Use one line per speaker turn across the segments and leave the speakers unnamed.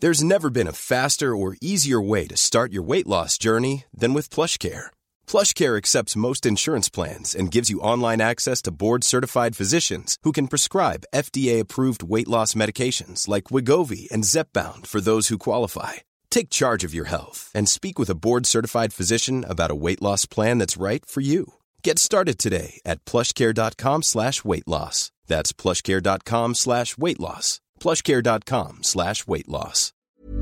There's never been a faster or easier way to start your weight loss journey than with PlushCare. PlushCare accepts most insurance plans and gives you online access to board-certified physicians who can prescribe FDA-approved weight loss medications like Wegovy and Zepbound for those who qualify. Take charge of your health and speak with a board-certified physician about a weight loss plan that's right for you. Get started today at plushcare.com/weightloss. That's plushcare.com/weightloss. plushcare.com/weightloss.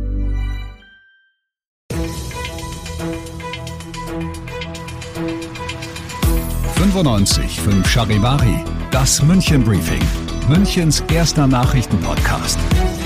95.5 Charivari, das München Briefing, Münchens erster Nachrichtenpodcast.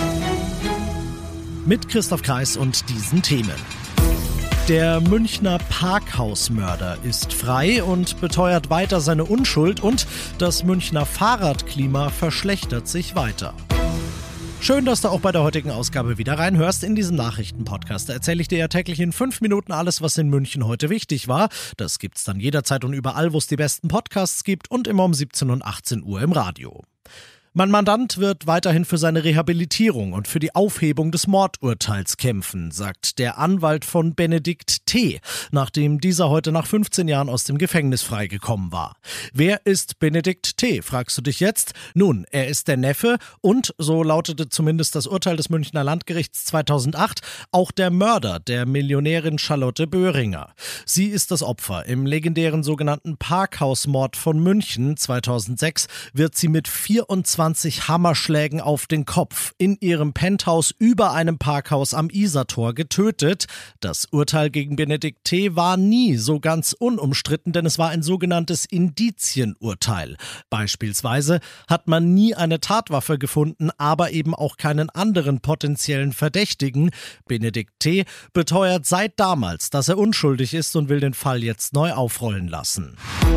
Mit Christoph Kreis und diesen Themen. Der Münchner Parkhausmörder ist frei und beteuert weiter seine Unschuld und das Münchner Fahrradklima verschlechtert sich weiter. Schön, dass du auch bei der heutigen Ausgabe wieder reinhörst. In diesem Nachrichtenpodcast erzähle ich dir ja täglich in 5 Minuten alles, was in München heute wichtig war. Das gibt's dann jederzeit und überall, wo es die besten Podcasts gibt und immer um 17 und 18 Uhr im Radio. Mein Mandant wird weiterhin für seine Rehabilitierung und für die Aufhebung des Mordurteils kämpfen, sagt der Anwalt von Benedikt T., nachdem dieser heute nach 15 Jahren aus dem Gefängnis freigekommen war. Wer ist Benedikt T., fragst du dich jetzt? Nun, er ist der Neffe und, so lautete zumindest das Urteil des Münchner Landgerichts 2008, auch der Mörder der Millionärin Charlotte Böhringer. Sie ist das Opfer. Im legendären sogenannten Parkhausmord von München 2006 wird sie mit 24 Hammerschlägen auf den Kopf in ihrem Penthouse über einem Parkhaus am Isartor getötet. Das Urteil gegen Benedikt T. war nie so ganz unumstritten, denn es war ein sogenanntes Indizienurteil. Beispielsweise hat man nie eine Tatwaffe gefunden, aber eben auch keinen anderen potenziellen Verdächtigen. Benedikt T. beteuert seit damals, dass er unschuldig ist und will den Fall jetzt neu aufrollen lassen.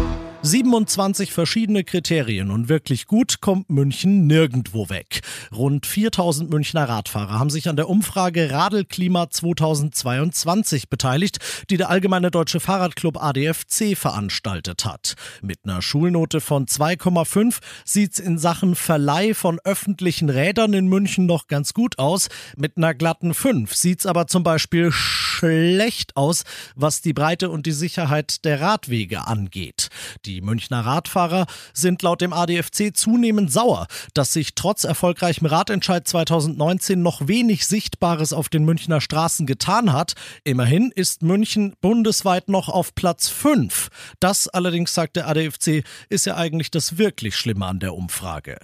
27 verschiedene Kriterien und wirklich gut kommt München nirgendwo weg. Rund 4000 Münchner Radfahrer haben sich an der Umfrage Radelklima 2022 beteiligt, die der Allgemeine Deutsche Fahrradclub ADFC veranstaltet hat. Mit einer Schulnote von 2,5 sieht's in Sachen Verleih von öffentlichen Rädern in München noch ganz gut aus. Mit einer glatten 5 sieht's aber zum Beispiel schlecht aus, was die Breite und die Sicherheit der Radwege angeht. Die Münchner Radfahrer sind laut dem ADFC zunehmend sauer, dass sich trotz erfolgreichem Radentscheid 2019 noch wenig Sichtbares auf den Münchner Straßen getan hat. Immerhin ist München bundesweit noch auf Platz 5. Das allerdings, sagt der ADFC, ist ja eigentlich das wirklich Schlimme an der Umfrage.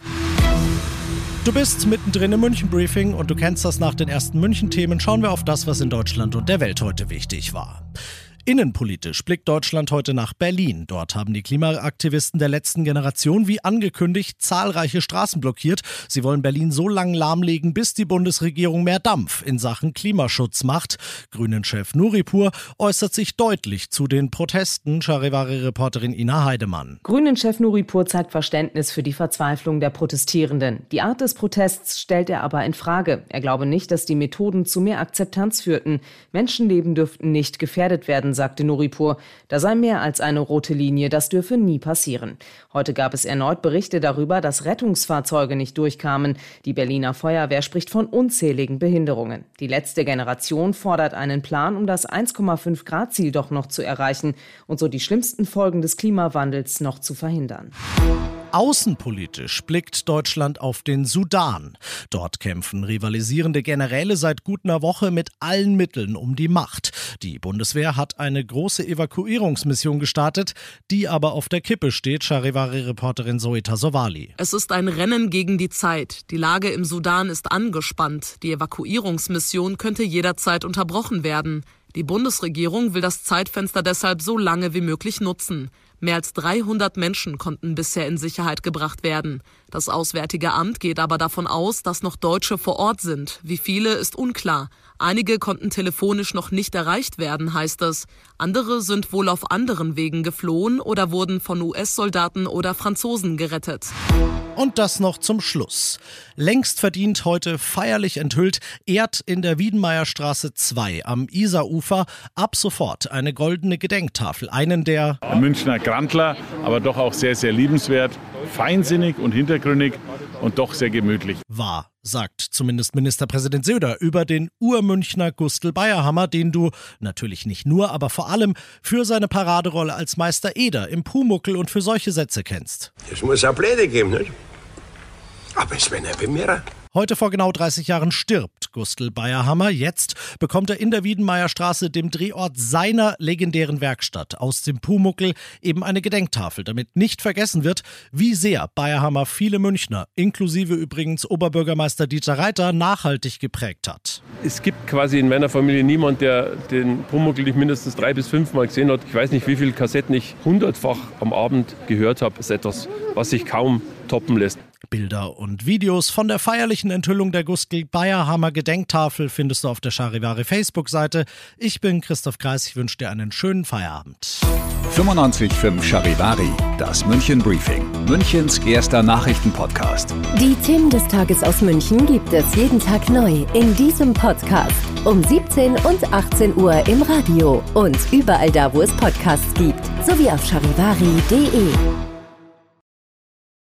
Du bist mittendrin im München-Briefing und du kennst das nach den ersten München-Themen. Schauen wir auf das, was in Deutschland und der Welt heute wichtig war. Innenpolitisch blickt Deutschland heute nach Berlin. Dort haben die Klimaaktivisten der letzten Generation wie angekündigt zahlreiche Straßen blockiert. Sie wollen Berlin so lange lahmlegen, bis die Bundesregierung mehr Dampf in Sachen Klimaschutz macht. Grünen-Chef Nuripur äußert sich deutlich zu den Protesten. Charivari-Reporterin Ina Heidemann.
Grünen-Chef Nuripur zeigt Verständnis für die Verzweiflung der Protestierenden. Die Art des Protests stellt er aber in Frage. Er glaube nicht, dass die Methoden zu mehr Akzeptanz führten. Menschenleben dürften nicht gefährdet werden, sagte Nuripur. Da sei mehr als eine rote Linie, das dürfe nie passieren. Heute gab es erneut Berichte darüber, dass Rettungsfahrzeuge nicht durchkamen. Die Berliner Feuerwehr spricht von unzähligen Behinderungen. Die letzte Generation fordert einen Plan, um das 1,5-Grad-Ziel doch noch zu erreichen und so die schlimmsten Folgen des Klimawandels noch zu verhindern.
Außenpolitisch blickt Deutschland auf den Sudan. Dort kämpfen rivalisierende Generäle seit gut einer Woche mit allen Mitteln um die Macht. Die Bundeswehr hat eine große Evakuierungsmission gestartet, die aber auf der Kippe steht, Charivari-Reporterin Zoe Tasovali.
Es ist ein Rennen gegen die Zeit. Die Lage im Sudan ist angespannt. Die Evakuierungsmission könnte jederzeit unterbrochen werden. Die Bundesregierung will das Zeitfenster deshalb so lange wie möglich nutzen. Mehr als 300 Menschen konnten bisher in Sicherheit gebracht werden. Das Auswärtige Amt geht aber davon aus, dass noch Deutsche vor Ort sind. Wie viele, ist unklar. Einige konnten telefonisch noch nicht erreicht werden, heißt es. Andere sind wohl auf anderen Wegen geflohen oder wurden von US-Soldaten oder Franzosen gerettet.
Und das noch zum Schluss. Längst verdient, heute feierlich enthüllt, ehrt in der Wiedenmeierstraße 2 am Isarufer ab sofort eine goldene Gedenktafel. Einen der
Münchner Grandler, aber doch auch sehr, sehr liebenswert, feinsinnig und hintergründig. und doch sehr gemütlich.
War, sagt zumindest Ministerpräsident Söder über den Urmünchner Gustl Bayerhammer, den du natürlich nicht nur, aber vor allem für seine Paraderolle als Meister Eder im Pumuckl und für solche Sätze kennst.
Es muss auch Pläne geben, nicht? Aber es werden ja Bemerker.
Heute vor genau 30 Jahren stirbt Gustl Bayerhammer. Jetzt bekommt er in der Wiedenmeyerstraße, dem Drehort seiner legendären Werkstatt aus dem Pumuckl, eben eine Gedenktafel, damit nicht vergessen wird, wie sehr Bayerhammer viele Münchner, inklusive übrigens Oberbürgermeister Dieter Reiter, nachhaltig geprägt hat.
Es gibt quasi in meiner Familie niemand, der den Pumuckl nicht mindestens 3 bis 5 Mal gesehen hat. Ich weiß nicht, wie viele Kassetten ich 100-fach am Abend gehört habe. Das ist etwas, was sich kaum toppen lässt.
Bilder und Videos von der feierlichen Enthüllung der Gustl Bayerhammer Gedenktafel findest du auf der Charivari Facebook-Seite. Ich bin Christoph Kreis, ich wünsche dir einen schönen Feierabend.
95.5 Charivari, das München Briefing, Münchens erster Nachrichtenpodcast.
Die Themen des Tages aus München gibt es jeden Tag neu in diesem Podcast. Um 17 und 18 Uhr im Radio und überall da, wo es Podcasts gibt, sowie auf charivari.de.